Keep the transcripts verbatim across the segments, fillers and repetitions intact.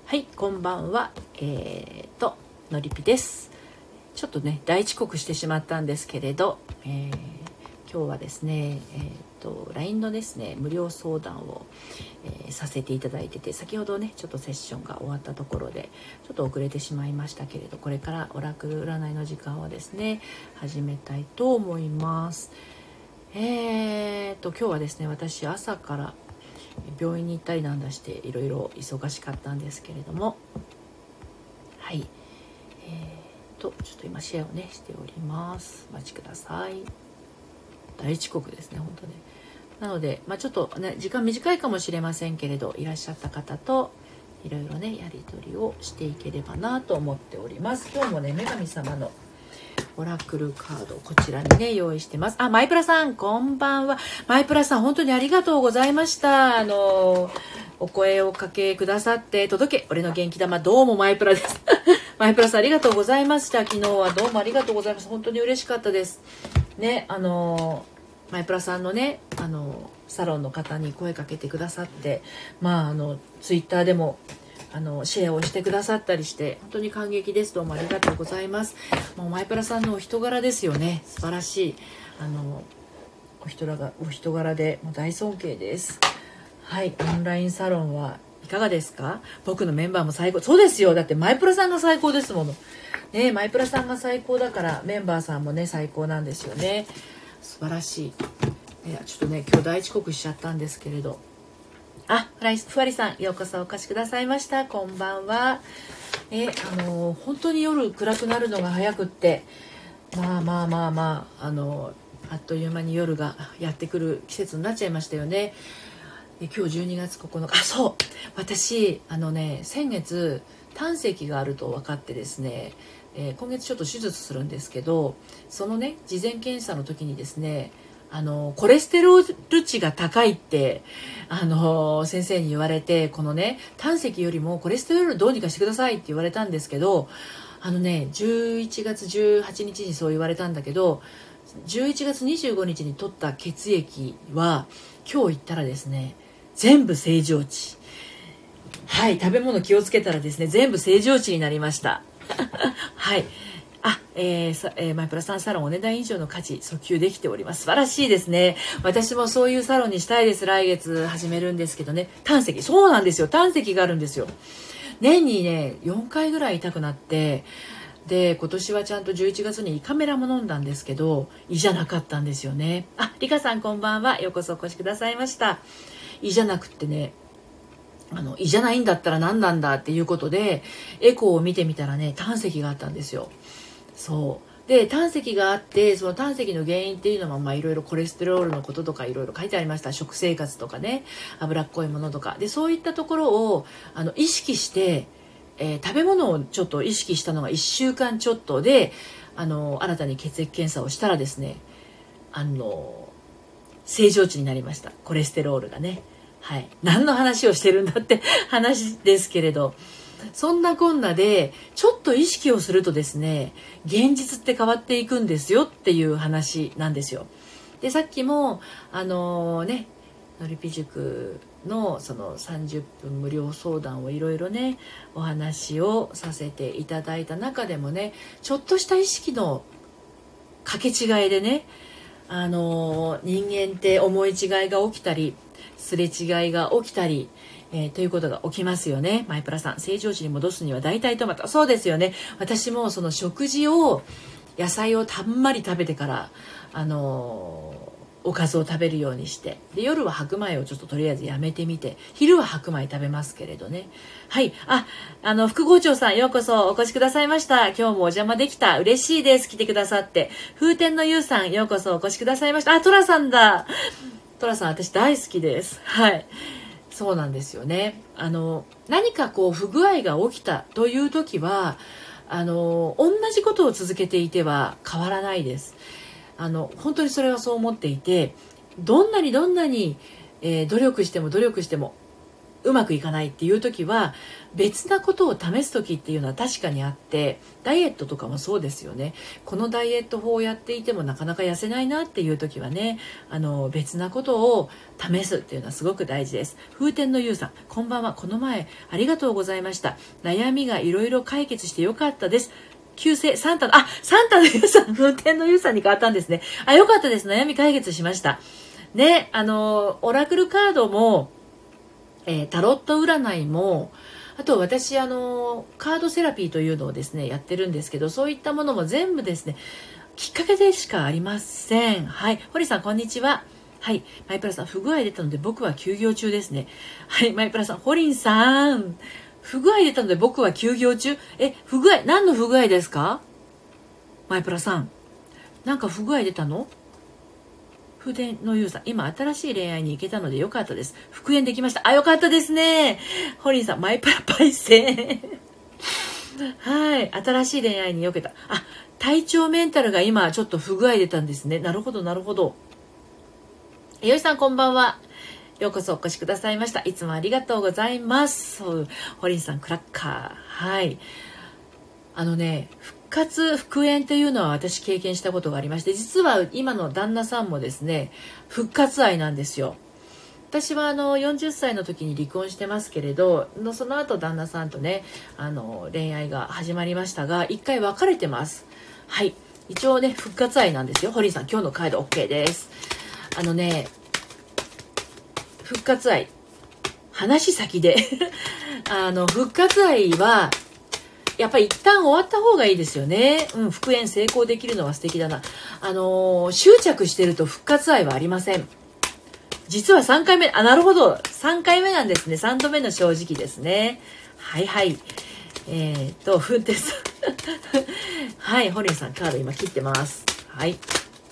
はい、こんばんは。えーと、のりぴです。ちょっとね、大遅刻してしまったんですけれど、えー、今日はですね、えーと、ライン のですね、無料相談を、えー、させていただいてて、先ほどね、ちょっとセッションが終わったところで、ちょっと遅れてしまいましたけれど、これからオラクル占いの時間をですね、始めたいと思います。えーと、今日はですね、私朝から病院に行ったりなんだしていろいろ忙しかったんですけれども、はい、えーとちょっと今シェアをねしております。お待ちください。大遅刻ですね、本当ね。なので、まあ、ちょっとね時間短いかもしれませんけれど、いらっしゃった方といろいろねやり取りをしていければなと思っております。今日もね女神様のオラクルカードをこちらにね用意してます。あ、マイプラさんこんばんは。マイプラさん本当にありがとうございました。あのお声をかけくださって届け俺の元気玉、どうもマイプラですマイプラさんありがとうございました。昨日はどうもありがとうございます。本当に嬉しかったですね。あのマイプラさんのねあのサロンの方に声かけてくださって、まああのツイッターでもあのシェアをしてくださったりして本当に感激です。どうもありがとうございます。もうマイプラさんのお人柄ですよね。素晴らしいあのお人柄がお人柄でもう大尊敬です。はい、オンラインサロンはいかがですか？僕のメンバーも最高。そうですよ、だってマイプラさんが最高ですものね。マイプラさんが最高だからメンバーさんもね最高なんですよね。素晴らしい。いやちょっとね今日大遅刻しちゃったんですけれど、あ、ふわりさんようこそお越しくださいました。こんばんは。えあの本当に夜暗くなるのが早くって、まあまあまあまああのあっという間に夜がやってくる季節になっちゃいましたよね。え今日じゅうにがつここのか、あ、そう、私あのね先月胆石があると分かってですね、えー、今月ちょっと手術するんですけど、そのね事前検査の時にですね、あのコレステロール値が高いってあの先生に言われて、このね胆石よりもコレステロールどうにかしてくださいって言われたんですけど、あのねじゅういちがつじゅうはちにちにそう言われたんだけど、じゅういちがつにじゅうごにちに取った血液は今日行ったらですね全部正常値。はい、食べ物気をつけたらですね全部正常値になりましたはい。あ、えーえー、マイプラさんサロンお値段以上の価値訴求できております。素晴らしいですね。私もそういうサロンにしたいです。来月始めるんですけどね。胆石、そうなんですよ。胆石があるんですよ。年にねよんかいぐらい痛くなって、で今年はちゃんとじゅういちがつに胃カメラも飲んだんですけど胃じゃなかったんですよね。あ、リカさんこんばんは。ようこそお越しくださいました。胃じゃなくってね、あの胃じゃないんだったら何なんだっていうことでエコーを見てみたらね胆石があったんですよ。そうで胆石があって、その胆石の原因っていうのはまあいろいろコレステロールのこととかいろいろ書いてありました。食生活とかね、脂っこいものとかで、そういったところをあの意識して、えー、食べ物をちょっと意識したのがいっしゅうかんちょっとで、あの新たに血液検査をしたらですね、あの正常値になりました。コレステロールがね。はい、何の話をしてるんだって話ですけれど、そんなこんなでちょっと意識をするとですね現実って変わっていくんですよっていう話なんですよ。でさっきもあのー、ねのりぴ塾のそのさんじゅっぷん無料相談をいろいろねお話をさせていただいた中でもね、ちょっとした意識の掛け違いでね、あのー、人間って思い違いが起きたりすれ違いが起きたり、えー、ということが起きますよね。マイプラさん、正常値に戻すには大体トマト。そうですよね。私もその食事を野菜をたんまり食べてから、あのー、おかずを食べるようにして、で夜は白米をちょっととりあえずやめてみて、昼は白米食べますけれどね。はい。あ、あの副校長さんようこそお越しくださいました。今日もお邪魔できた。嬉しいです。来てくださって。風天のゆうさんようこそお越しくださいました。あ、トラさんだ。トラさん私大好きです。はい。そうなんですよね。あの何かこう不具合が起きたという時はあの同じことを続けていては変わらないです。あの本当にそれはそう思っていて、どんなにどんなに、えー、努力しても努力してもうまくいかないっていう時は、別なことを試す時っていうのは確かにあって、ダイエットとかもそうですよね。このダイエット法をやっていてもなかなか痩せないなっていう時はね、あの別なことを試すっていうのはすごく大事です。風天のゆうさん、こんばんは。この前ありがとうございました。悩みがいろいろ解決してよかったです。旧姓サンタの、あ、サンタのゆうさん、風天のゆうさんに変わったんですね。あ、よかったです。悩み解決しました。ね、あのオラクルカードも、えー、タロット占いも、あと私あのカードセラピーというのをですねやってるんですけど、そういったものも全部ですねきっかけでしかありません。はい、堀さんこんにちは。はい、マイプラさん、不具合出たので僕は休業中ですね。はい、マイプラさん、ホリンさん、不具合出たので僕は休業中。え、不具合、何の不具合ですか？マイプラさん、なんか不具合出たの？風天のゆうさん、今新しい恋愛に行けたのでよかったです。復縁できました。あ、よかったですね。ホリンさん、マイプラパイセン。はい、新しい恋愛によけた。あ、体調メンタルが今ちょっと不具合出たんですね。なるほど、なるほど。よいさん、こんばんは。ようこそお越しくださいました。いつもありがとうございます。ホリンさん、クラッカー。はい。あのね、復活復縁というのは私経験したことがありまして、実は今の旦那さんもですね復活愛なんですよ。私はあのよんじゅっさいの時に離婚してますけれど、その後旦那さんとねあの恋愛が始まりましたが、一回別れてます。はい、一応ね復活愛なんですよ。堀井さん、今日のカード OK です。あのね、復活愛、話先であの復活愛はやっぱり一旦終わった方がいいですよね。うん、復縁成功できるのは素敵だな。あのー、執着してると復活愛はありません。実はさんかいめ、あ、なるほど。さんかいめなんですね。さんどめの正直ですね。はいはい。えー、っと、ふんてさん。はい、ホリンさんカード今切ってます。はい。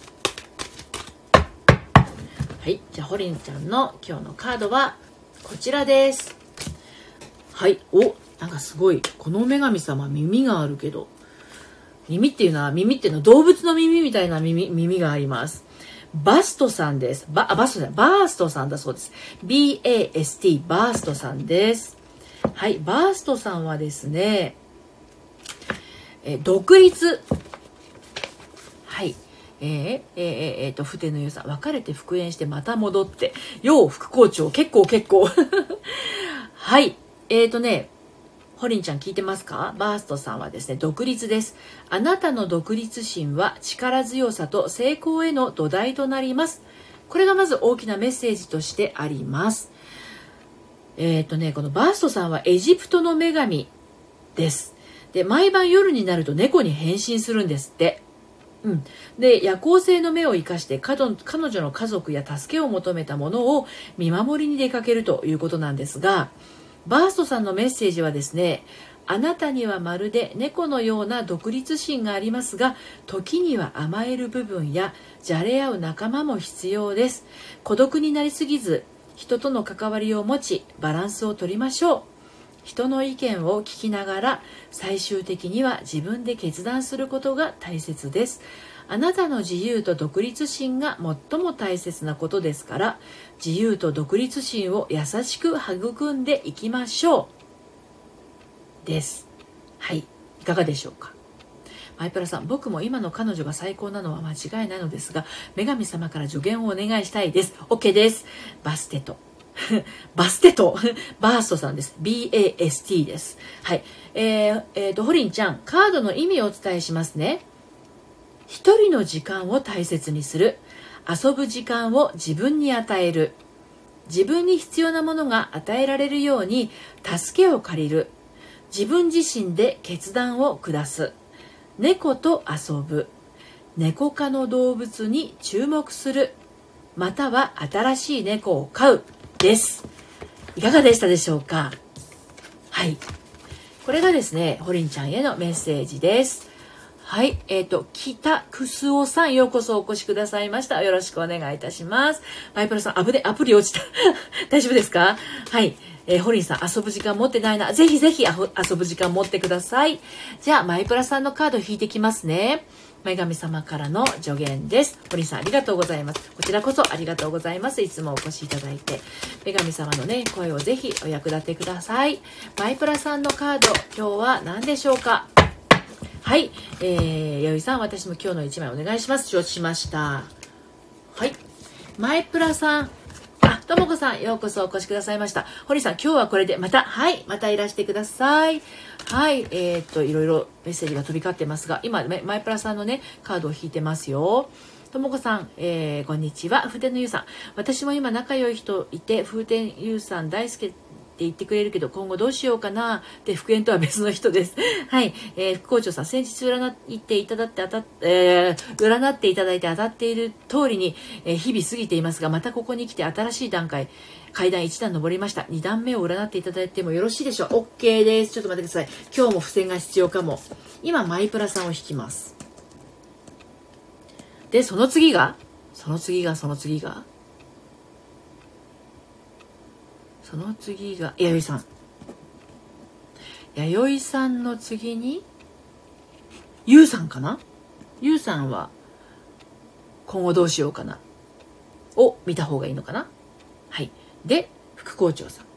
はい、じゃあホリンちゃんの今日のカードはこちらです。はい、お、なんかすごい、この女神様耳があるけど、耳っていうのは、耳っていうのは動物の耳みたいな耳、耳があります。バストさんです。バ、バストさん、バーストさんだそうです。ビーエーエスティー、バーストさんです。はい、バーストさんはですね、え独立。はい。えー、えー、えー、と、不定の良さ、別れて復縁してまた戻って、よう副校長、結構結構。はい。えーとね、ホリンちゃん聞いてますか？バーストさんはですね、独立です。あなたの独立心は力強さと成功への土台となります。これがまず大きなメッセージとしてあります。えっとね、このバーストさんはエジプトの女神です。で、毎晩夜になると猫に変身するんですって。うん、で、夜行性の目を生かして彼女の家族や助けを求めたものを見守りに出かけるということなんですが、バーストさんのメッセージはですね、あなたにはまるで猫のような独立心がありますが、時には甘える部分やじゃれ合う仲間も必要です。孤独になりすぎず、人との関わりを持ち、バランスを取りましょう。人の意見を聞きながら、最終的には自分で決断することが大切です。あなたの自由と独立心が最も大切なことですから、自由と独立心を優しく育んでいきましょう。です。はい。いかがでしょうか。マイプラさん、僕も今の彼女が最高なのは間違いないのですが、女神様から助言をお願いしたいです。OK です。バステト。バステト。バーストさんです。ビーエーエスティー です。はい。えー、えーと、ホリンちゃん、カードの意味をお伝えしますね。一人の時間を大切にする。遊ぶ時間を自分に与える。自分に必要なものが与えられるように助けを借りる。自分自身で決断を下す。猫と遊ぶ。猫科の動物に注目する。または新しい猫を飼う。です。いかがでしたでしょうか。はい。これがですね、ホリンちゃんへのメッセージです。はい。えっと、北くすおさん、ようこそお越しくださいました。よろしくお願いいたします。バイプラさん、アプリ、アプリ落ちた。大丈夫ですか？はい。 えー、ホリンさん、遊ぶ時間持ってないな。ぜひぜひ遊ぶ時間持ってください。じゃあ、マイプラさんのカード引いてきますね。女神様からの助言です。ホリンさん、ありがとうございます。こちらこそありがとうございます。いつもお越しいただいて。女神様のね、声をぜひお役立てください。マイプラさんのカード、今日は何でしょうか？はい。えー、弥生さん、私も今日のいちまいお願いします。承知しました。はい。マイプラさん、あ、ともこさん、ようこそお越しくださいました。堀さん、今日はこれでまた、はい、またいらしてください。はい、えー、っと、いろいろメッセージが飛び交ってますが、今、マイプラさんのね、カードを引いてますよ。ともこさん、えー、こんにちは。風天のゆうさん。私も今仲良い人いて、風天ゆうさん大好きって言ってくれるけど、今後どうしようかな。で、復縁とは別の人です。はい、えー、副校長さん、先日占っていただって当たっ、えー、占っていただいて当たっている通りに、えー、日々過ぎていますが、またここに来て新しい段階、階段いち段登りました。に段目を占っていただいてもよろしいでしょう。 OK です。ちょっと待ってください。今日も付箋が必要かも。今、マイプラさんを引きます。で、その次が、その次が、その次が、その次が、弥生さん。弥生さんの次に、ゆうさんかな？ゆうさんは、今後どうしようかなを見た方がいいのかな？はい。で、副校長さん。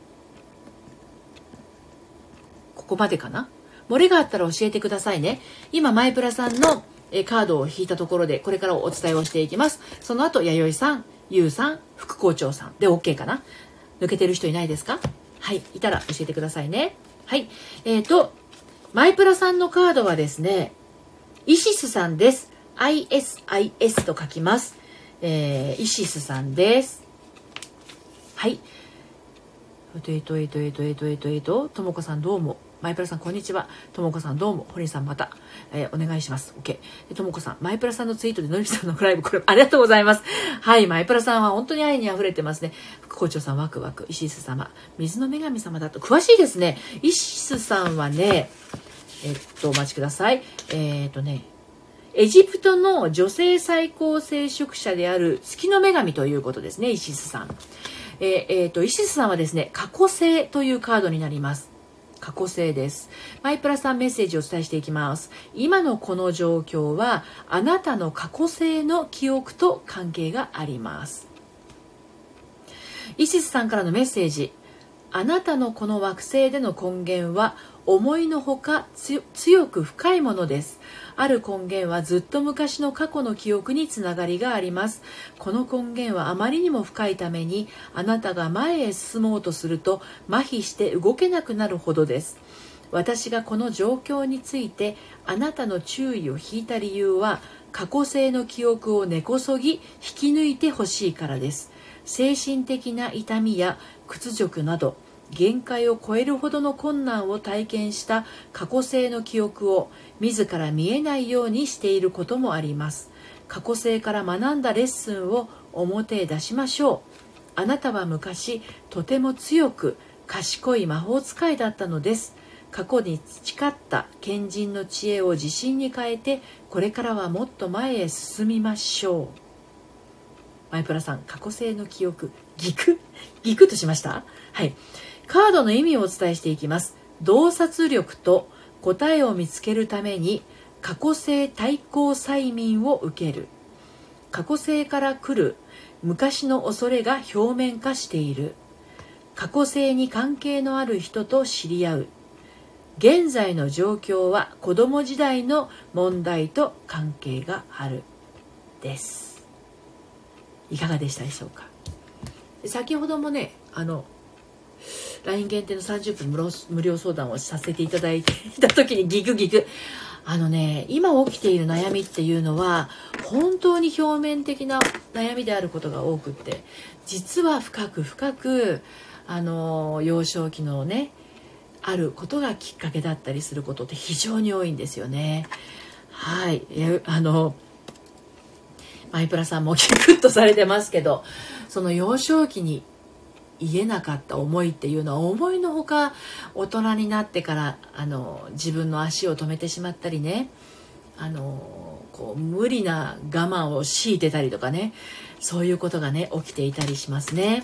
ここまでかな？漏れがあったら教えてくださいね。今、マイプラさんのえカードを引いたところで、これからお伝えをしていきます。その後、弥生さん、ゆうさん、副校長さんで OK かな？抜けてる人いないですか？はい。いたら教えてくださいね。はい。えっと、マイプラさんのカードはですね、イシスさんです。アイエスアイエス と書きます。えー、イシスさんです。はい。えっと、えっと、えっと、えっと、えっと、えっと、えっと、ともこさんどうも。マイプラさんこんにちは。ともこさんどうも。堀さんまた、えー、お願いします。OK。ともこさん、マイプラさんのツイートでのりぴさんのライブ、これありがとうございます。はい、マイプラさんは本当に愛に溢れてますね。副校長さんワクワク。イシス様、水の女神様だと詳しいですね。イシスさんはね、えっと、お待ちください。えー、っとね、エジプトの女性最高聖職者である月の女神ということですね、イシスさん。えーえー、とイシスさんはですね、過去星というカードになります。過去星です。マイプラさんメッセージをお伝えしていきます。今のこの状況はあなたの過去星の記憶と関係があります。イシスさんからのメッセージ。あなたのこの惑星での根源は思いのほか強く深いものです。ある根源はずっと昔の過去の記憶につながりがあります。この根源はあまりにも深いために、あなたが前へ進もうとすると麻痺して動けなくなるほどです。私がこの状況についてあなたの注意を引いた理由は、過去性の記憶を根こそぎ引き抜いてほしいからです。精神的な痛みや屈辱など限界を超えるほどの困難を体験した過去性の記憶を自ら見えないようにしていることもあります。過去性から学んだレッスンを表へ出しましょう。あなたは昔とても強く賢い魔法使いだったのです。過去に培った賢人の知恵を自信に変えて、これからはもっと前へ進みましょう。マイプラさん、過去性の記憶、ギクギクとしました？はい。カードの意味をお伝えしていきます。洞察力と答えを見つけるために過去性対抗催眠を受ける。過去性から来る昔の恐れが表面化している。過去性に関係のある人と知り合う。現在の状況は子供時代の問題と関係がある。です。いかがでしたでしょうか。先ほどもね、あのライン 限定のさんじゅっぷん無料、無料相談をさせていただいていた時にギクギク、あのね、今起きている悩みっていうのは本当に表面的な悩みであることが多くって、実は深く深くあの幼少期のねあることがきっかけだったりすることって非常に多いんですよね。はい、あのマイプラさんもキクッとされてますけど、その幼少期に言えなかった思いっていうのは思いのほか大人になってからあの自分の足を止めてしまったりね、あのこう無理な我慢を強いてたりとかね、そういうことがね起きていたりしますね。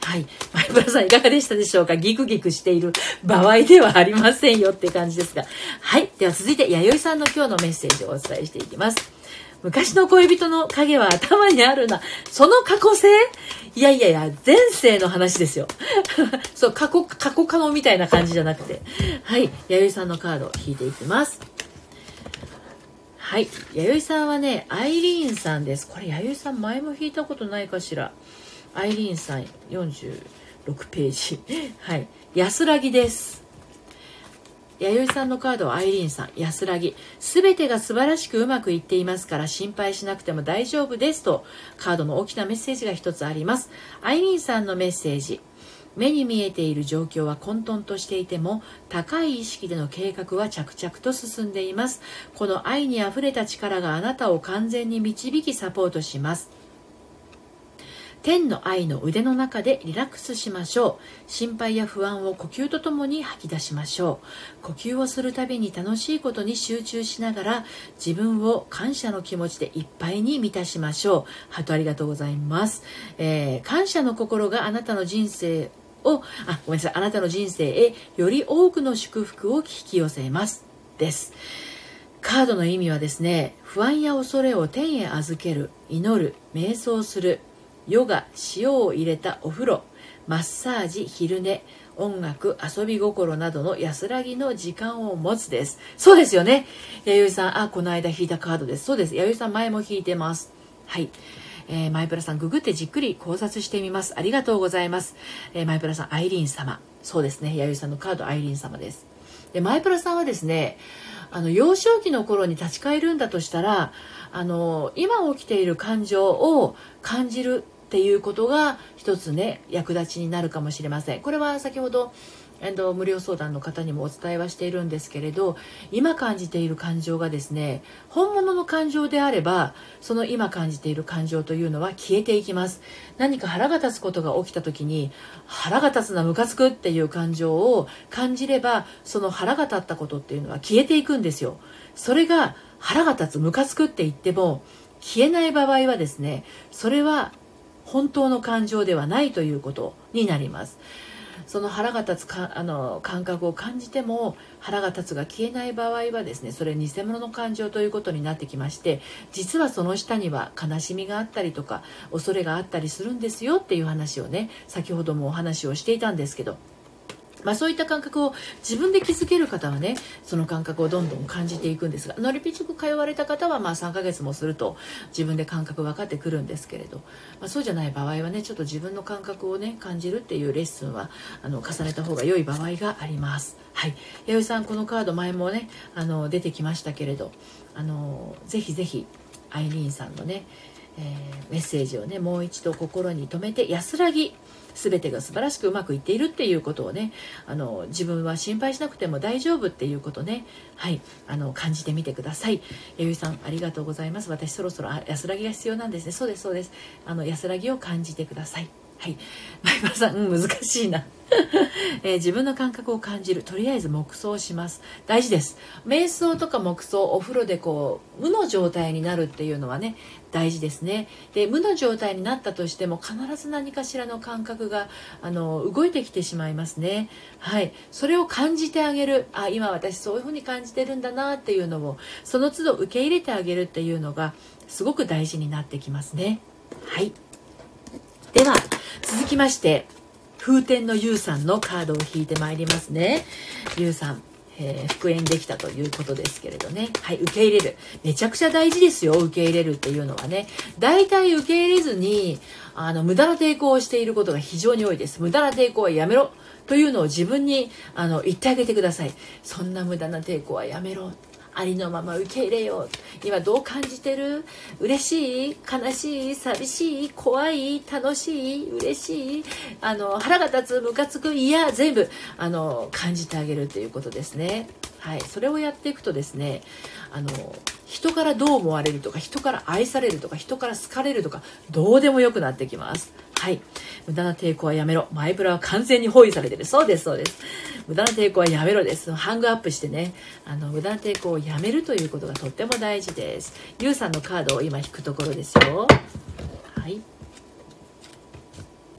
はい。前村さんいかがでしたでしょうか？ギクギクしている場合ではありませんよって感じですが。はい。では続いて、弥生さんの今日のメッセージをお伝えしていきます。昔の恋人の影は頭にあるな。その過去性？いやいやいや、前世の話ですよ。そう、過去、過去可能みたいな感じじゃなくて。はい。弥生さんのカードを引いていきます。はい。弥生さんはね、アイリーンさんです。これ弥生さん前も引いたことないかしら。アイリーンさんよんじゅうろくページ。はい。安らぎです。弥生さんのカードはアイリーンさん、安らぎ。すべてが素晴らしくうまくいっていますから心配しなくても大丈夫ですと、カードの大きなメッセージが一つあります。アイリーンさんのメッセージ。目に見えている状況は混沌としていても、高い意識での計画は着々と進んでいます。この愛にあふれた力があなたを完全に導きサポートします。天の愛の腕の中でリラックスしましょう。心配や不安を呼吸とともに吐き出しましょう。呼吸をするたびに楽しいことに集中しながら、自分を感謝の気持ちでいっぱいに満たしましょう。ハートありがとうございます。えー、感謝の心があなたの人生を、あ、ごめんなさい、あなたの人生へより多くの祝福を引き寄せます。です。カードの意味はですね、不安や恐れを天へ預ける、祈る、瞑想する、ヨガ、塩を入れたお風呂、マッサージ、昼寝、音楽、遊び心などの安らぎの時間を持つです。そうですよね。弥生さん、あ、この間引いたカードです。そうです。弥生さん前も引いてます。はい。えー、マイプラさん、ググってじっくり考察してみます。ありがとうございます。えー、マイプラさん、アイリーン様。そうですね。弥生さんのカード、アイリーン様です。で、マイプラさんはですね、あの、幼少期の頃に立ち返るんだとしたら、あの、今起きている感情を感じるっていうことが一つね、役立ちになるかもしれません。これは先ほど無料相談の方にもお伝えはしているんですけれど、今感じている感情がですね、本物の感情であれば、その今感じている感情というのは消えていきます。何か腹が立つことが起きた時に、腹が立つな、ムカつくっていう感情を感じれば、その腹が立ったことっていうのは消えていくんですよ。それが腹が立つ、ムカつくって言っても消えない場合はですね、それは本当の感情ではないということになります。その腹が立つかあの感覚を感じても腹が立つが消えない場合はですね、それ偽物の感情ということになってきまして、実はその下には悲しみがあったりとか恐れがあったりするんですよっていう話をね、先ほどもお話をしていたんですけど、まあ、そういった感覚を自分で気づける方はね、その感覚をどんどん感じていくんですが、のりぴ塾通われた方はまあさんかげつもすると自分で感覚分かってくるんですけれど、まあ、そうじゃない場合はね、ちょっと自分の感覚をね感じるっていうレッスンはあの重ねた方が良い場合があります。はい、弥生さん、このカード前もねあの出てきましたけれど、あのぜひぜひアイリーンさんのね、えー、メッセージをねもう一度心に留めて、安らぎ、全てが素晴らしくうまくいっているっていうことをね、あの自分は心配しなくても大丈夫っていうことね、はい、あの感じてみてください。弥生さん、ありがとうございます。私そろそろ安らぎが必要なんですね。そうですそうです。あの安らぎを感じてください。はい、前原さん、うん、難しいな、えー、自分の感覚を感じる、とりあえず黙想します。大事です。瞑想とか黙想、お風呂でこう無の状態になるっていうのはね大事ですね。で、無の状態になったとしても必ず何かしらの感覚があの動いてきてしまいますね。はい、それを感じてあげる、あ、今私そういう風に感じてるんだなっていうのをその都度受け入れてあげるっていうのがすごく大事になってきますね。はい、では続きまして風天のゆうさんのカードを引いてまいりますね。ゆうさん、えー、復縁できたということですけれどね。はい、受け入れる、めちゃくちゃ大事ですよ。受け入れるっていうのはね、大体受け入れずにあの無駄な抵抗をしていることが非常に多いです。無駄な抵抗はやめろというのを自分にあの言ってあげてください。そんな無駄な抵抗はやめろ、ありのまま受け入れよう。今どう感じてる？嬉しい？悲しい？寂しい？怖い？楽しい？嬉しい？あの腹が立つ？ムカつく？いや、全部あの感じてあげるということですね。はい、それをやっていくとですね、あの人からどう思われるとか、人から愛されるとか、人から好かれるとか、どうでもよくなってきます。はい、無駄な抵抗はやめろ。マイブラは完全に包囲されてる。そうですそうです。無駄な抵抗はやめろです。ハングアップしてね、あの無駄な抵抗をやめるということがとっても大事です。ゆうさんのカードを今引くところですよ。はい、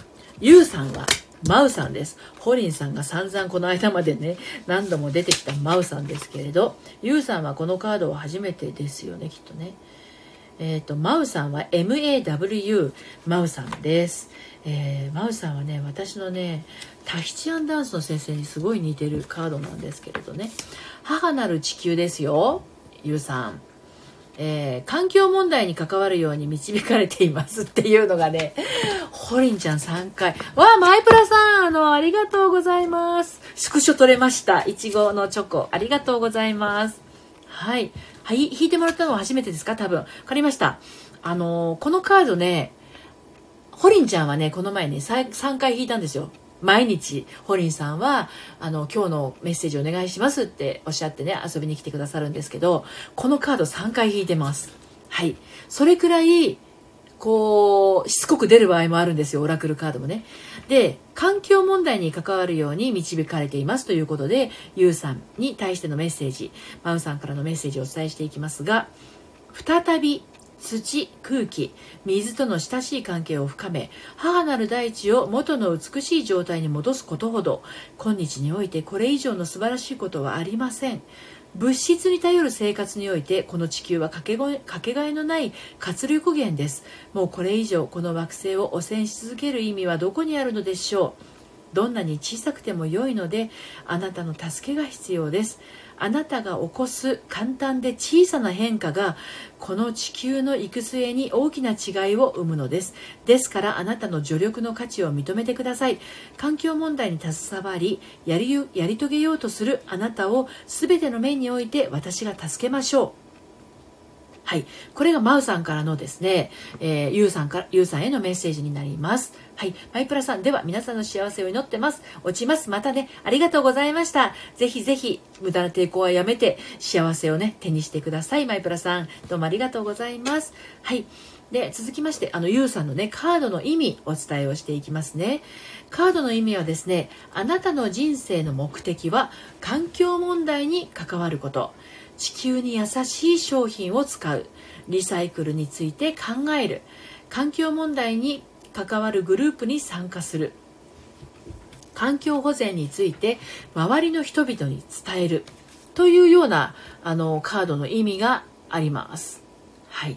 ユウさんはマウさんです。ホリンさんが散々この間までね何度も出てきたマウさんですけれど、ユウさんはこのカードは初めてですよね、きっとね。えーと、マウさんは エムエーダブリュー マウさんです。えー、マウさんはね、私のねタヒチアンダンスの先生にすごい似てるカードなんですけれどね。母なる地球ですよ、ユウさん。えー、環境問題に関わるように導かれていますっていうのがね、ホリンちゃんさんかい。わあ、マイプラさん、あの、ありがとうございます。スクショ取れました。いちごのチョコ、ありがとうございます。はい。はい、引いてもらったのは初めてですか？多分。わかりました。あのー、このカードね、ホリンちゃんはね、この前ね、さんかい引いたんですよ。毎日ホリンさんはあの今日のメッセージお願いしますっておっしゃってね、遊びに来てくださるんですけど、このカードさんかい引いてます。はい、それくらいこうしつこく出る場合もあるんですよ、オラクルカードもね。で、環境問題に関わるように導かれていますということで、ユウさんに対してのメッセージ、マウさんからのメッセージをお伝えしていきますが、再び土、空気、水との親しい関係を深め、母なる大地を元の美しい状態に戻すことほど、今日においてこれ以上の素晴らしいことはありません。物質に頼る生活において、この地球はかけごえ、かけがえのない活力源です。もうこれ以上この惑星を汚染し続ける意味はどこにあるのでしょう。どんなに小さくても良いので、あなたの助けが必要です。あなたが起こす簡単で小さな変化がこの地球の行く末に大きな違いを生むのです。ですからあなたの助力の価値を認めてください。環境問題に携わりやり、やり遂げようとするあなたを全ての面において私が助けましょう。はい、これがマウさんからのですね、えー、ユウさんからユウさんへのメッセージになります。はい、マイプラさん、では皆さんの幸せを祈ってます。落ちます。またね、ありがとうございました。ぜひぜひ無駄な抵抗はやめて幸せをね手にしてください。マイプラさん、どうもありがとうございます。はい。で、続きまして、あのユウさんのねカードの意味お伝えをしていきますね。カードの意味はですね、あなたの人生の目的は環境問題に関わること。地球に優しい商品を使う、リサイクルについて考える、環境問題に関わるグループに参加する、環境保全について周りの人々に伝えるというようなあのカードの意味があります。はい。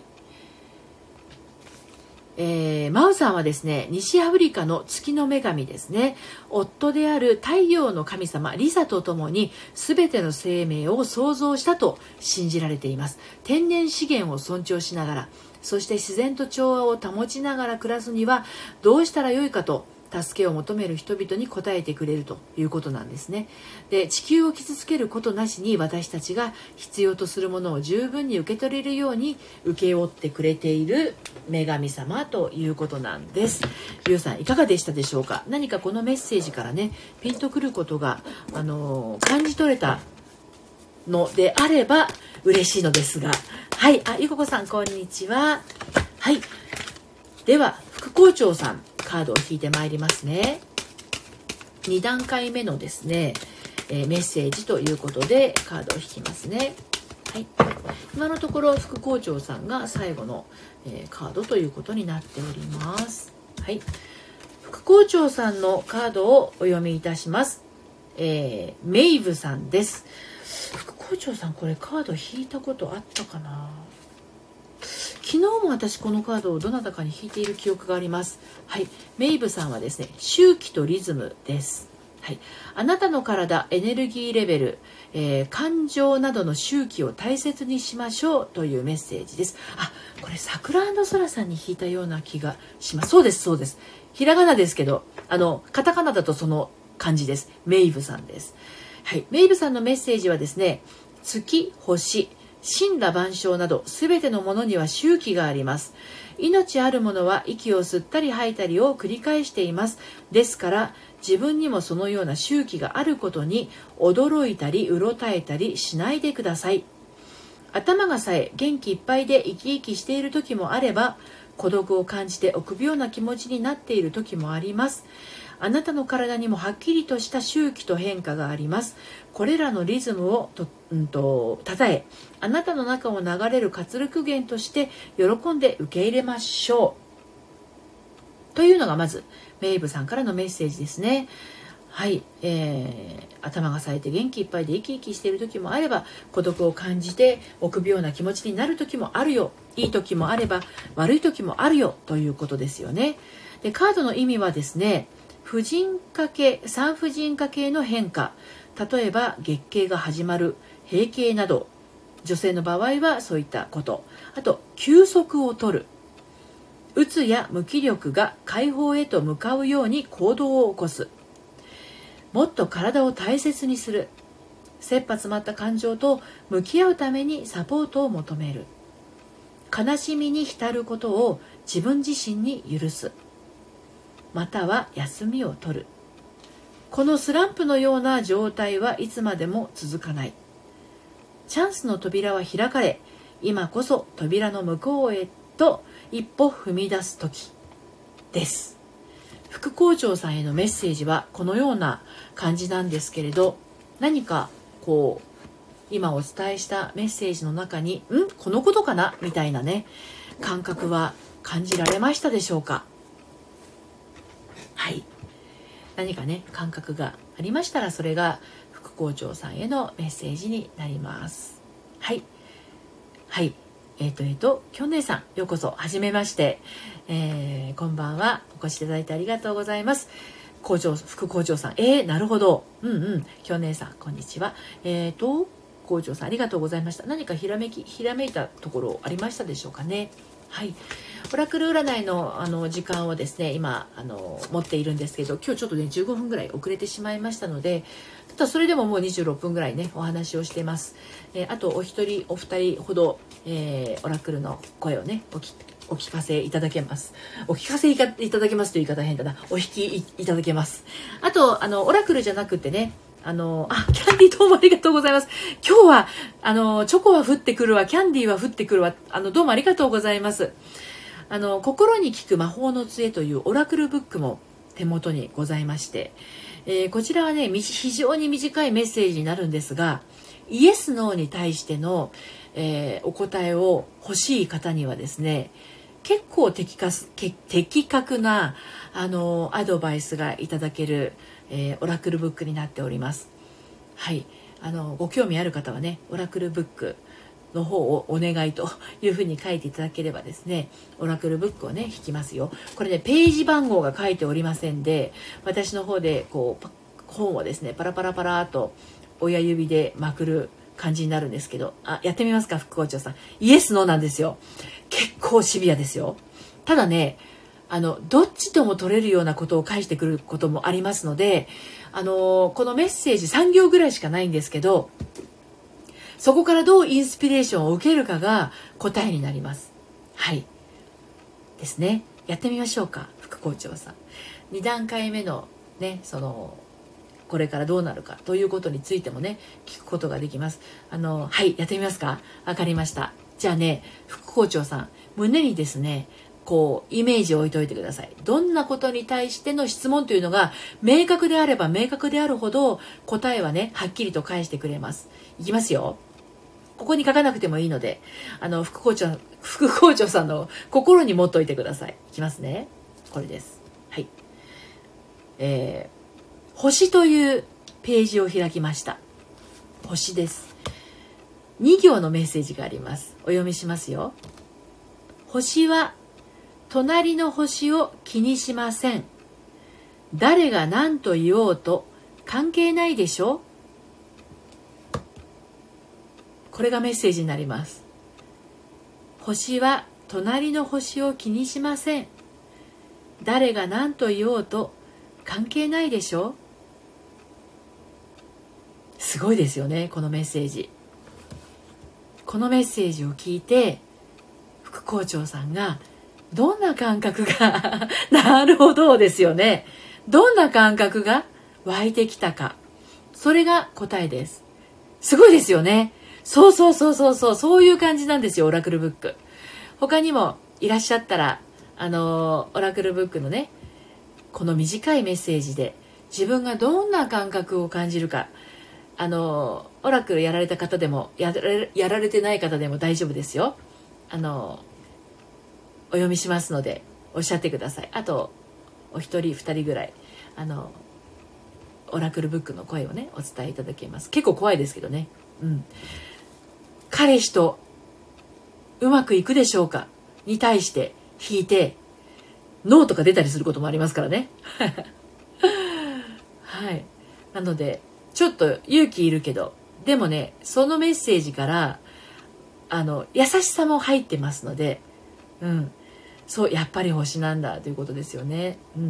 えー、マウさんはですね、西アフリカの月の女神ですね。夫である太陽の神様リサと共に全ての生命を創造したと信じられています。天然資源を尊重しながら、そして自然と調和を保ちながら暮らすにはどうしたらよいかと助けを求める人々に応えてくれるということなんですね。で、地球を傷つけることなしに私たちが必要とするものを十分に受け取れるように請け負ってくれている女神様ということなんです。リュウさんいかがでしたでしょうか。何かこのメッセージからねピンとくることが、あのー、感じ取れたのであれば嬉しいのですが、はい、あ、ゆここさんこんにちは。はい、では副校長さんカードを引いてまいりますね。に段階目のですね、えー、メッセージということでカードを引きますね。はい、今のところ副校長さんが最後の、えー、カードということになっております。はい、副校長さんのカードをお読みいたします。えー、メイブさんです。副校長さんこれカード引いたことあったかな。昨日も私このカードをどなたかに引いている記憶があります。はい、メイブさんはですね、周期とリズムです。はい、あなたの体、エネルギーレベル、えー、感情などの周期を大切にしましょうというメッセージです。あ、これ桜空さんに引いたような気がします。そうですそうです。ひらがなですけど、あのカタカナだとその感じです。メイブさんです。はい、メイブさんのメッセージはですね、月、星、神羅万象など全てのものには周期があります。命あるものは息を吸ったり吐いたりを繰り返しています。ですから自分にもそのような周期があることに驚いたりうろたえたりしないでください。頭がさえ元気いっぱいで生き生きしている時もあれば、孤独を感じて臆病な気持ちになっている時もあります。あなたの体にもはっきりとした周期と変化があります。これらのリズムをと、うんと、たたえ、あなたの中を流れる活力源として喜んで受け入れましょう。というのがまずメイブさんからのメッセージですね。はい、えー、頭が冴えて元気いっぱいで生き生きしている時もあれば、孤独を感じて臆病な気持ちになる時もあるよ。いい時もあれば悪い時もあるよということですよね。で、カードの意味はですね、婦人科系、産婦人科系の変化、例えば月経が始まる、閉経など、女性の場合はそういったこと。あと、休息を取る。うつや無気力が解放へと向かうように行動を起こす。もっと体を大切にする。切羽詰まった感情と向き合うためにサポートを求める。悲しみに浸ることを自分自身に許す。または休みを取る。このスランプのような状態はいつまでも続かない。チャンスの扉は開かれ、今こそ扉の向こうへと一歩踏み出す時です。副校長さんへのメッセージはこのような感じなんですけれど、何かこう今お伝えしたメッセージの中にんこのことかなみたいなね感覚は感じられましたでしょうか。はい、何かね感覚がありましたら、それが副校長さんへのメッセージになります。はいはいえっ、ー、とえっ、ー、ときょんねいさん、ようこそはじめまして、えー、こんばんは。お越しいただいてありがとうございます。校長副校長さん、えー、なるほど、うんうんきょんねいさん、こんにちは。えっ、ー、と校長さん、ありがとうございました。何かひらめきひらめいたところありましたでしょうかね。はい、オラクル占い の, あの時間をですね今あの持っているんですけど、今日ちょっとねじゅうごふんぐらい遅れてしまいましたので、ただそれでももうにじゅうろっぷんぐらいねお話をしています。えー、あとお一人お二人ほど、えー、オラクルの声をねおきお聞かせいただけます。お聞かせいただけますという言い方変だな。お引きいただけます。あとあのオラクルじゃなくてね、あのあキャンディーどうもありがとうございます。今日はあのチョコは降ってくるわ、キャンディーは降ってくるわ、あのどうもありがとうございます。あの心に聞く魔法の杖というオラクルブックも手元にございまして、えー、こちらはね非常に短いメッセージになるんですが、イエスノーに対しての、えー、お答えを欲しい方にはですね、結構的確的確なあのアドバイスがいただける、えー、オラクルブックになっております。はい、あのご興味ある方はねオラクルブックの方をお願いというふうに書いていただければですね、オラクルブックをね引きますよ。これねページ番号が書いておりませんで、私の方でこう本をですねパラパラパラと親指でまくる感じになるんですけど、あ、やってみますか副校長さん。イエスノーなんですよ。結構シビアですよ。ただね、あのどっちとも取れるようなことを返してくることもありますので、あのこのメッセージさん行ぐらいしかないんですけど、そこからどうインスピレーションを受けるかが答えになります。はいですね。やってみましょうか副校長さん。に段階目のねそのこれからどうなるかということについてもね聞くことができます。あのはいやってみますか。わかりました。じゃあね副校長さん、胸にですねこうイメージを置いておいてください。どんなことに対しての質問というのが明確であれば明確であるほど答えはねはっきりと返してくれます。いきますよ。ここに書かなくてもいいので、あの副校長副校長さんの心に持っておいてください。いきますね。これです。はい、えー、星というページを開きました。星です。に行のメッセージがあります。お読みしますよ。星は隣の星を気にしません。誰が何と言おうと関係ないでしょ。これがメッセージになります。星は隣の星を気にしません。誰が何と言おうと関係ないでしょ。すごいですよねこのメッセージ。このメッセージを聞いて副校長さんがどんな感覚がなるほどですよね。どんな感覚が湧いてきたか、それが答えです。すごいですよね。そうそうそうそうそうそういう感じなんですよオラクルブック。他にもいらっしゃったらあのオラクルブックのねこの短いメッセージで自分がどんな感覚を感じるか、あのオラクルやられた方でも やられ、やられてない方でも大丈夫ですよ。あのお読みしますのでおっしゃってください。あとお一人二人ぐらいあのオラクルブックの声をねお伝えいただけます。結構怖いですけどね。うん、彼氏とうまくいくでしょうかに対して引いてノーとか出たりすることもありますからね。はい。なのでちょっと勇気いるけど、でもねそのメッセージからあの優しさも入ってますので、うん、そうやっぱり星なんだということですよね。うん、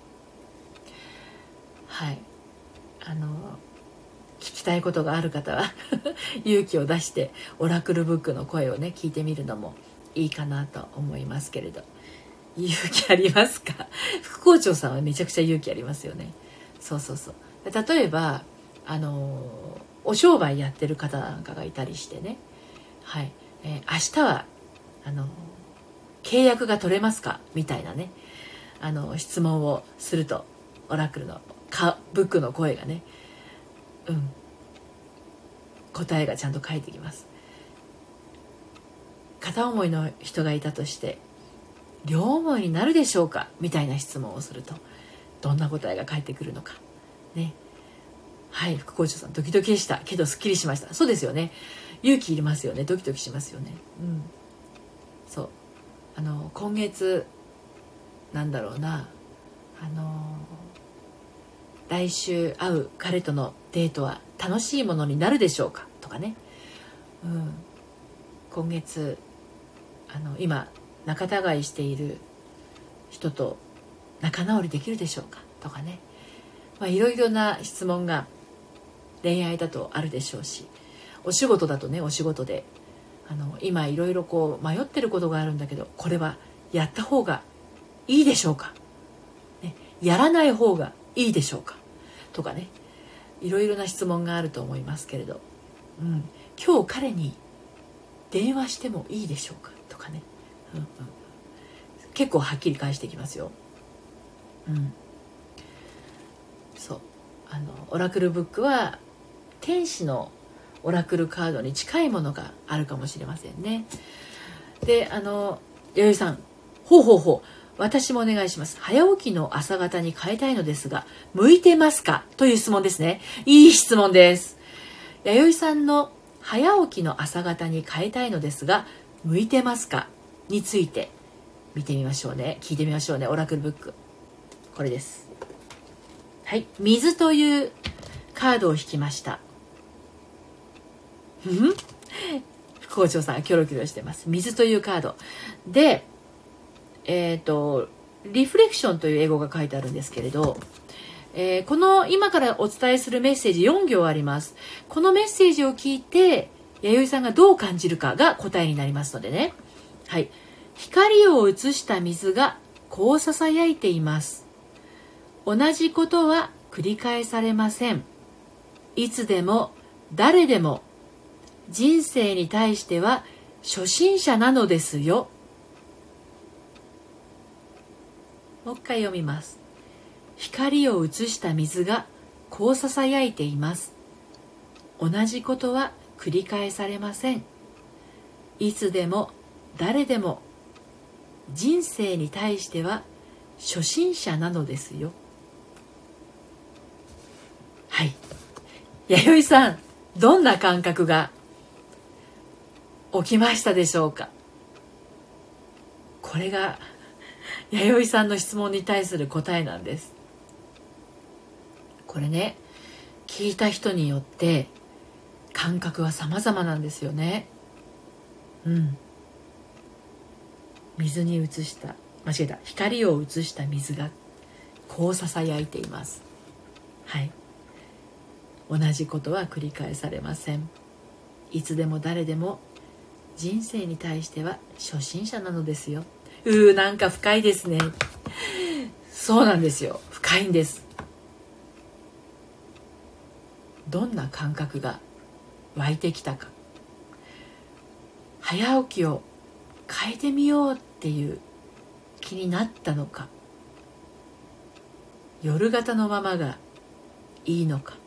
はい。あの聞きたいことがある方は勇気を出してオラクルブックの声をね聞いてみるのもいいかなと思いますけれど、勇気ありますか？副校長さんはめちゃくちゃ勇気ありますよね。そうそうそう。例えばあのお商売やってる方なんかがいたりしてね、はい、えー、明日はあの契約が取れますかみたいなねあの質問をするとオラクルのかブックの声がね、うん、答えがちゃんと返ってきます。片思いの人がいたとして両思いになるでしょうかみたいな質問をするとどんな答えが返ってくるのかね。はい、副校長さんドキドキでしたけどすっきりしました。そうですよね、勇気いりますよね、ドキドキしますよね。うん、そうあの今月なんだろうな、あの来週会う彼とのデートは楽しいものになるでしょうかとかね、うん、今月あの今仲違いしている人と仲直りできるでしょうかとかね、まあ、いろいろな質問が恋愛だとあるでしょうし、お仕事だとねお仕事であの今いろいろこう迷ってることがあるんだけどこれはやった方がいいでしょうか、ね、やらない方がいいでしょうかとかね、いろいろな質問があると思いますけれど、うん、今日彼に電話してもいいでしょうかとかね、うんうん、結構はっきり返してきますよ。うん、そうあのオラクルブックは天使のオラクルカードに近いものがあるかもしれませんね。であの弥生さん、ほうほうほう、私もお願いします。早起きの朝方に変えたいのですが向いてますかという質問ですね。いい質問です。弥生さんの早起きの朝方に変えたいのですが向いてますかについて見てみましょうね。聞いてみましょうね。オラクルブックこれです。はい、水というカードを引きました。副校長さんキョロキョロしてます。水というカードで、えっとリフレクションという英語が書いてあるんですけれど、えー、この今からお伝えするメッセージよん行あります。このメッセージを聞いて弥生さんがどう感じるかが答えになりますのでね。はい、光を映した水がこうささやいています。同じことは繰り返されません。いつでも誰でも人生に対しては初心者なのですよ。もう一回読みます。光を映した水がこうささやいています。同じことは繰り返されません。いつでも誰でも人生に対しては初心者なのですよ。はい、弥生さん、どんな感覚が起きましたでしょうか。これが弥生さんの質問に対する答えなんです。これね、聞いた人によって感覚は様々なんですよね。うん。水に映した間違えた光を映した水がこうささやいています。はい、同じことは繰り返されません。いつでも誰でも人生に対しては初心者なのですよ。うー、なんか深いですね。そうなんですよ、深いんです。どんな感覚が湧いてきたか、早起きを変えてみようっていう気になったのか、夜型のままがいいのか、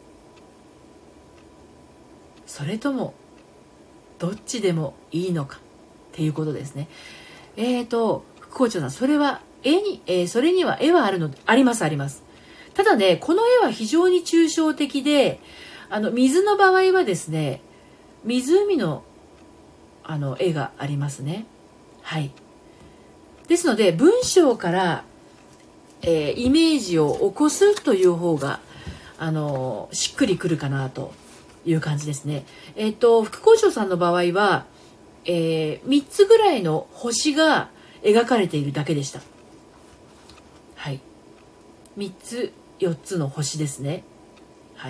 それともどっちでもいいのかっていうことですね。えーと副校長さん、それは絵に、えー、それには絵はあるので、ありますあります。ただね、この絵は非常に抽象的で、あの、水の場合はですね、湖の、あの、絵がありますね。はい。ですので、文章から、えー、イメージを起こすという方が、あの、しっくりくるかなという感じですね。えっと、副校長さんの場合は、えー、みっつぐらいの星が描かれているだけでした。はい。みっつ、よっつの星ですね。はい。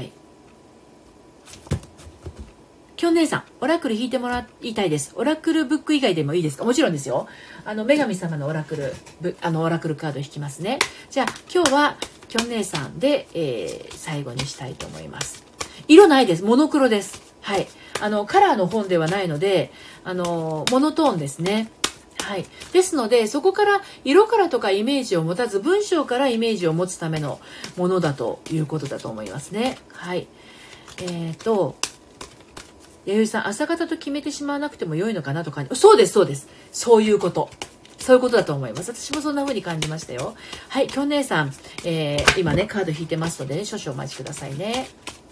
きょん姉さん、オラクル引いてもらいたいです。オラクルブック以外でもいいですか？もちろんですよ。あの、女神様のオラクル、あの、オラクルカード引きますね。じゃあ、今日は、きょん姉さんで、えー、最後にしたいと思います。色ないです。モノクロです。はい。あの、カラーの本ではないので、あの、モノトーンですね。はい。ですので、そこから色からとかイメージを持たず、文章からイメージを持つためのものだということだと思いますね。はい。えっと、弥生さん、朝方と決めてしまわなくても良いのかなとか、そうです、そうです。そういうこと。そういうことだと思います。私もそんな風に感じましたよ。はい、きょん姉さん、えー、今ね、カード引いてますので、ね、少々お待ちくださいね。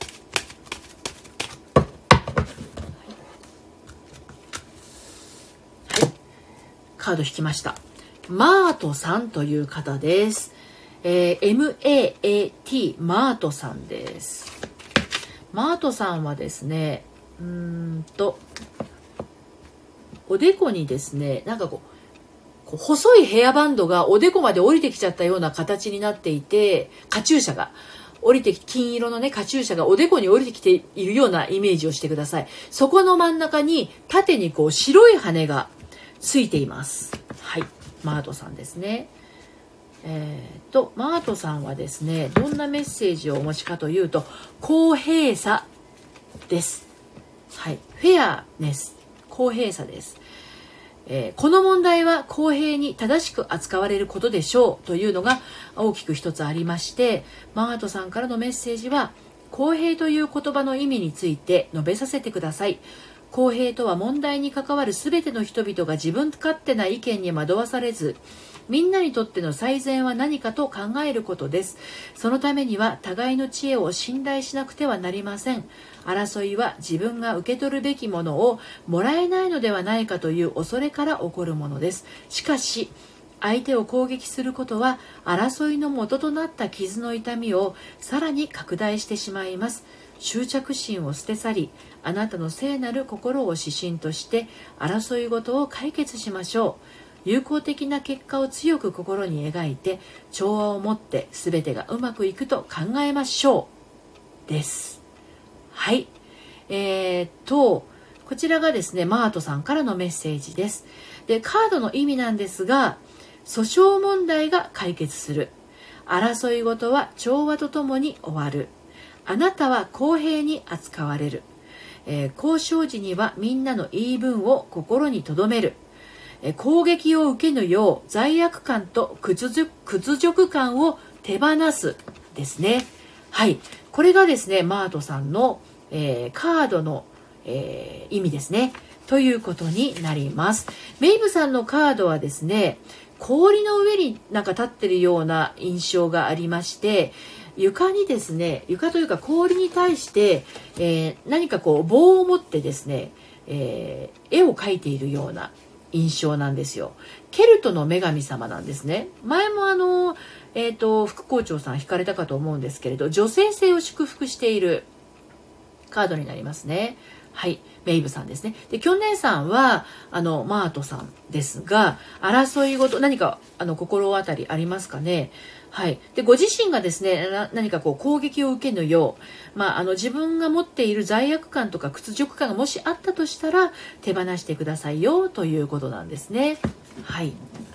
はい、カード引きました。マートさんという方です。えー、エムエーエーティー、マートさんです。マートさんはですね、うーんと、おでこにですね、なんかこう、こう細いヘアバンドがおでこまで降りてきちゃったような形になっていて、カチューシャが降りてき、金色のね、カチューシャがおでこに降りてきているようなイメージをしてください。そこの真ん中に縦にこう白い羽がついています。はい、マートさんですね。えー、とマートさんはですね、どんなメッセージをお持ちかというと、公平さです。はい、フェアネス、公平さです。えー、この問題は公平に正しく扱われることでしょうというのが大きく一つありまして、マートさんからのメッセージは、公平という言葉の意味について述べさせてください。公平とは問題に関わるすべての人々が自分勝手な意見に惑わされず、みんなにとっての最善は何かと考えることです。そのためには互いの知恵を信頼しなくてはなりません。争いは自分が受け取るべきものをもらえないのではないかという恐れから起こるものです。しかし、相手を攻撃することは争いの元となった傷の痛みをさらに拡大してしまいます。執着心を捨て去り、あなたの聖なる心を指針として争いごとを解決しましょう。有効的な結果を強く心に描いて、調和を持って全てがうまくいくと考えましょうです。はい。えー、っとこちらがですね、マートさんからのメッセージです。で、カードの意味なんですが、訴訟問題が解決する。争いごとは調和とともに終わる。あなたは公平に扱われる。えー、交渉時にはみんなの言い分を心に留める。攻撃を受けぬよう罪悪感と屈辱感を手放すですね。はい、これがですね、マートさんの、えー、カードの、えー、意味ですね。ということになります。メイブさんのカードはですね、氷の上になんか立ってるような印象がありまして、床にですね、床というか氷に対して、えー、何かこう棒を持ってですね、えー、絵を描いているような印象なんですよ。ケルトの女神様なんですね。前もあの、えーと、副校長さん引かれたかと思うんですけれど、女性性を祝福しているカードになりますね。はい、メイブさんですね。で、キョン姉さんはあのマートさんですが、争いごと何かあの心当たりありますかね。はい、でご自身がですね、何かこう攻撃を受けぬよう、まあ、あの自分が持っている罪悪感とか屈辱感がもしあったとしたら手放してくださいよということなんですね。はい、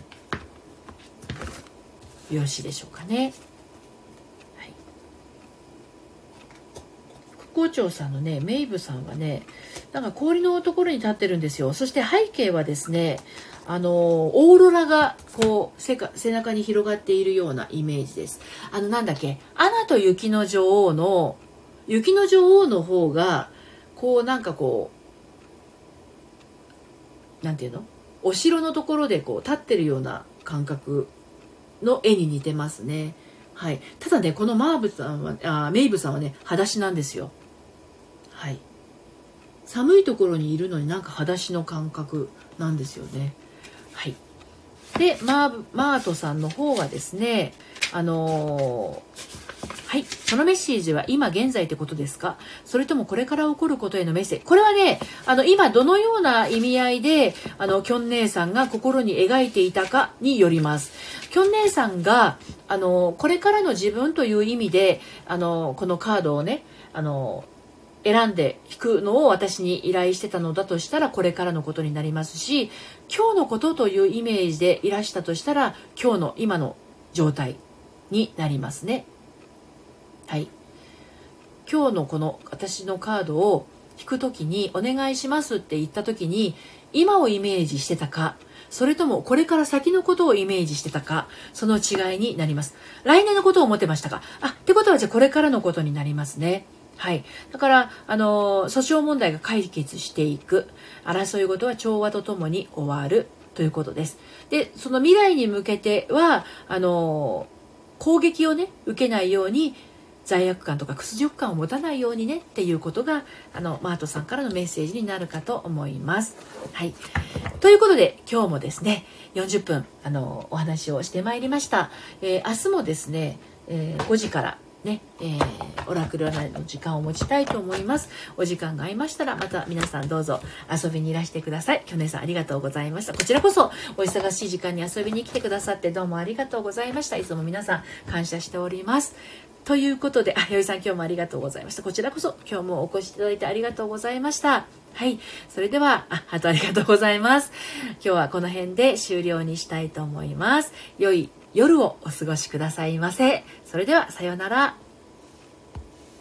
よろしいでしょうかね。はい、副校長さんのね、メイブさんはね、なんか氷のところに立ってるんですよ。そして背景はですね、あのオーロラがこう 背, か背中に広がっているようなイメージです。あのなんだっけ、アナと雪の女王の雪の女王の方がこうなんかこうなんていうの、お城のところでこう立ってるような感覚の絵に似てますね。はい。ただね、このマーブさんは、あメイブさんはね、裸足なんですよ。はい。寒いところにいるのになんか裸足の感覚なんですよね。はい。で、マー、マートさんの方はですね、あのー、はい。そのメッセージは今現在ってことですか？それともこれから起こることへのメッセージ？これはね、あの、今どのような意味合いで、あの、キョン姉さんが心に描いていたかによります。キョン姉さんが、あの、これからの自分という意味で、あの、このカードをね、あの、選んで引くのを私に依頼してたのだとしたらこれからのことになりますし、今日のことというイメージでいらしたとしたら今日の今の状態になりますね。はい。今日のこの私のカードを引くときにお願いしますって言ったときに今をイメージしてたか、それともこれから先のことをイメージしてたか、その違いになります。来年のことを思ってましたか？あ、ってことはじゃあこれからのことになりますね。はい。だから、あの、訴訟問題が解決していく。争い事は調和とともに終わるということです。で、その未来に向けては、あの、攻撃をね、受けないように、罪悪感とか屈辱感を持たないようにねっていうことが、あの、マートさんからのメッセージになるかと思います。はい。ということで、今日もですね、よんじゅっぷん、あの、お話をしてまいりました。えー、明日もですね、えー、ごじから、ね、えー、オラクル占いの時間を持ちたいと思います。お時間が合いましたらまた皆さんどうぞ遊びにいらしてください。去年さんありがとうございました。こちらこそお忙しい時間に遊びに来てくださってどうもありがとうございました。いつも皆さん感謝しております。ということで、あ、よいさん今日もありがとうございました。こちらこそ今日もお越しいただいてありがとうございました。はい。それでは、あ、ハートありがとうございます。今日はこの辺で終了にしたいと思います。良い夜をお過ごしくださいませ。それでは、さようなら。